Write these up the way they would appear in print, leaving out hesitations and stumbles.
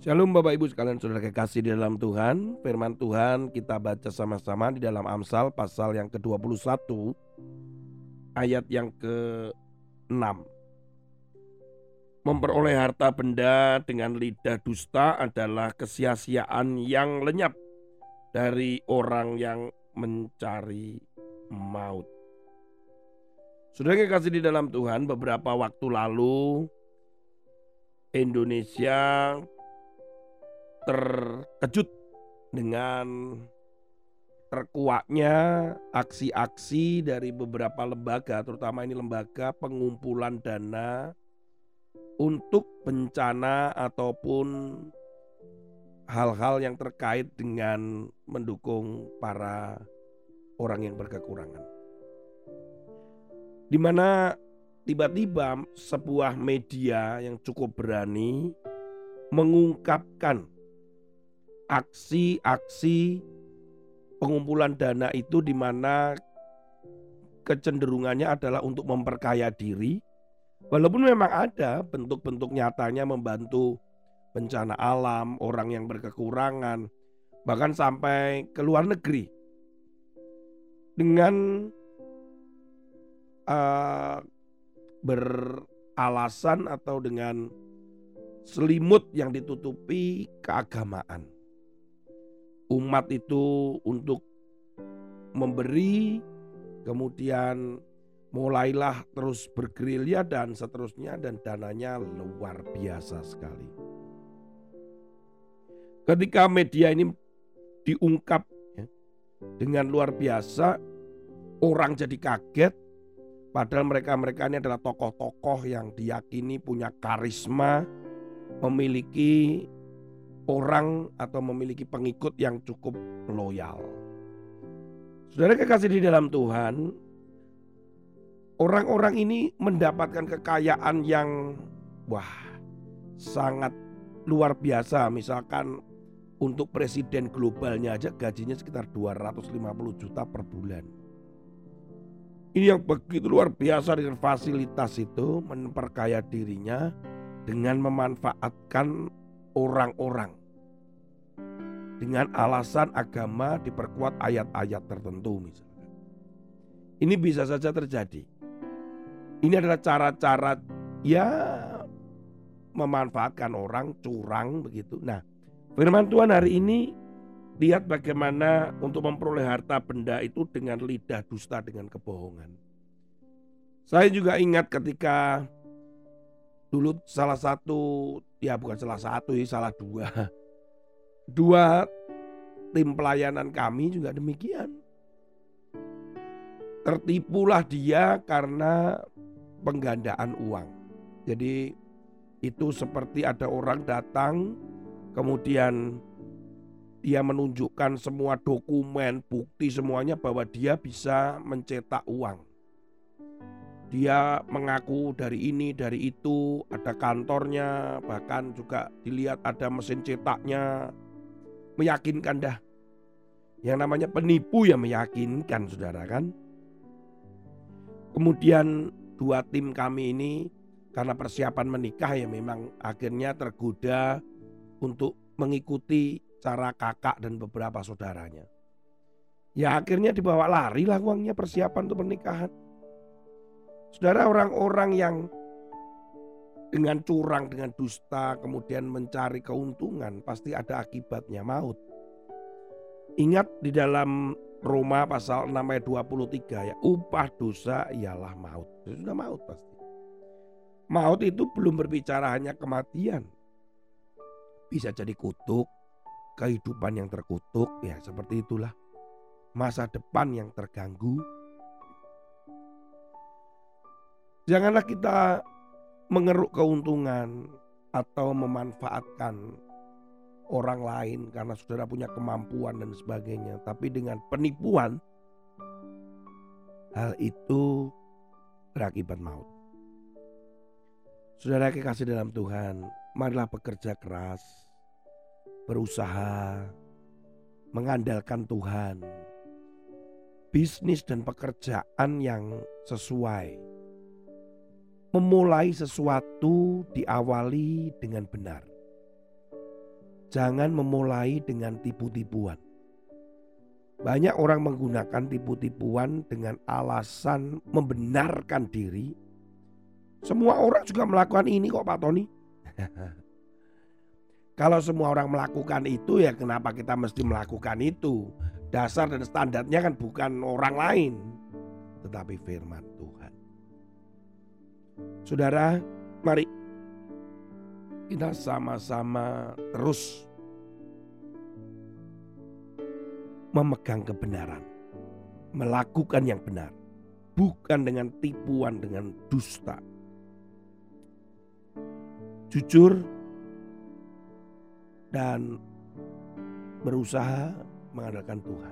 Shalom Bapak Ibu sekalian saudara kekasih di dalam Tuhan. Firman Tuhan kita baca sama-sama di dalam Amsal pasal yang ke-21 ayat yang ke-6. Memperoleh harta benda dengan lidah dusta adalah kesia-siaan yang lenyap dari orang yang mencari maut. Saudara kekasih di dalam Tuhan, beberapa waktu lalu Indonesia terkejut dengan terkuaknya aksi-aksi dari beberapa lembaga, terutama ini lembaga pengumpulan dana untuk bencana ataupun hal-hal yang terkait dengan mendukung para orang yang berkekurangan. Di mana tiba-tiba sebuah media yang cukup berani mengungkapkan aksi-aksi pengumpulan dana itu, di mana kecenderungannya adalah untuk memperkaya diri. Walaupun memang ada bentuk-bentuk nyatanya membantu bencana alam, orang yang berkekurangan, bahkan sampai ke luar negeri. Dengan beralasan atau dengan selimut yang ditutupi keagamaan. Umat itu untuk memberi, kemudian mulailah terus bergerilya dan seterusnya, dan dananya luar biasa sekali. Ketika media ini diungkap dengan luar biasa, orang jadi kaget. Padahal mereka-mereka ini adalah tokoh-tokoh yang diyakini punya karisma, memiliki orang atau memiliki pengikut yang cukup loyal. Saudara kekasih di dalam Tuhan, orang-orang ini mendapatkan kekayaan yang sangat luar biasa. Misalkan untuk presiden globalnya aja gajinya sekitar 250 juta per bulan. Ini yang begitu luar biasa, dengan fasilitas itu memperkaya dirinya dengan memanfaatkan orang-orang dengan alasan agama, diperkuat ayat-ayat tertentu misalkan. Ini bisa saja terjadi. Ini adalah cara-cara memanfaatkan orang, curang begitu. Nah, firman Tuhan hari ini, lihat bagaimana untuk memperoleh harta benda itu dengan lidah dusta, dengan kebohongan. Saya juga ingat ketika dulu salah dua tim pelayanan kami juga demikian. Tertipulah dia karena penggandaan uang. Jadi itu seperti ada orang datang, kemudian dia menunjukkan semua dokumen, bukti semuanya bahwa dia bisa mencetak uang. Dia mengaku dari ini, dari itu, ada kantornya, bahkan juga dilihat ada mesin cetaknya. Meyakinkan dah. Yang namanya penipu ya meyakinkan, saudara kan. Kemudian dua tim kami ini karena persiapan menikah ya memang akhirnya tergoda untuk mengikuti cara kakak dan beberapa saudaranya. Ya akhirnya dibawa lari lah uangnya, persiapan untuk pernikahan. Saudara, orang-orang yang dengan curang, dengan dusta, kemudian mencari keuntungan, pasti ada akibatnya, maut. Ingat di dalam Roma pasal 6 ayat 23 ya, upah dosa ialah maut. Itu sudah maut pasti. Maut itu belum berbicara hanya kematian. Bisa jadi kutuk, kehidupan yang terkutuk, ya seperti itulah. Masa depan yang terganggu. Janganlah kita mengeruk keuntungan atau memanfaatkan orang lain karena saudara punya kemampuan dan sebagainya. Tapi dengan penipuan, hal itu berakibat maut. Saudara kekasih dalam Tuhan, marilah bekerja keras, berusaha, mengandalkan Tuhan, bisnis dan pekerjaan yang sesuai. Memulai sesuatu diawali dengan benar. Jangan memulai dengan tipu-tipuan. Banyak orang menggunakan tipu-tipuan dengan alasan membenarkan diri. Semua orang juga melakukan ini kok Pak Tony. Kalau semua orang melakukan itu, ya kenapa kita mesti melakukan itu? Dasar dan standarnya kan bukan orang lain, tetapi firman Tuhan. Saudara, mari kita sama-sama terus memegang kebenaran, melakukan yang benar, bukan dengan tipuan, dengan dusta. Jujur dan berusaha mengandalkan Tuhan.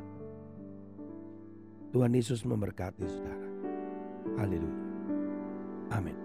Tuhan Yesus memberkati saudara. Haleluya. Amin.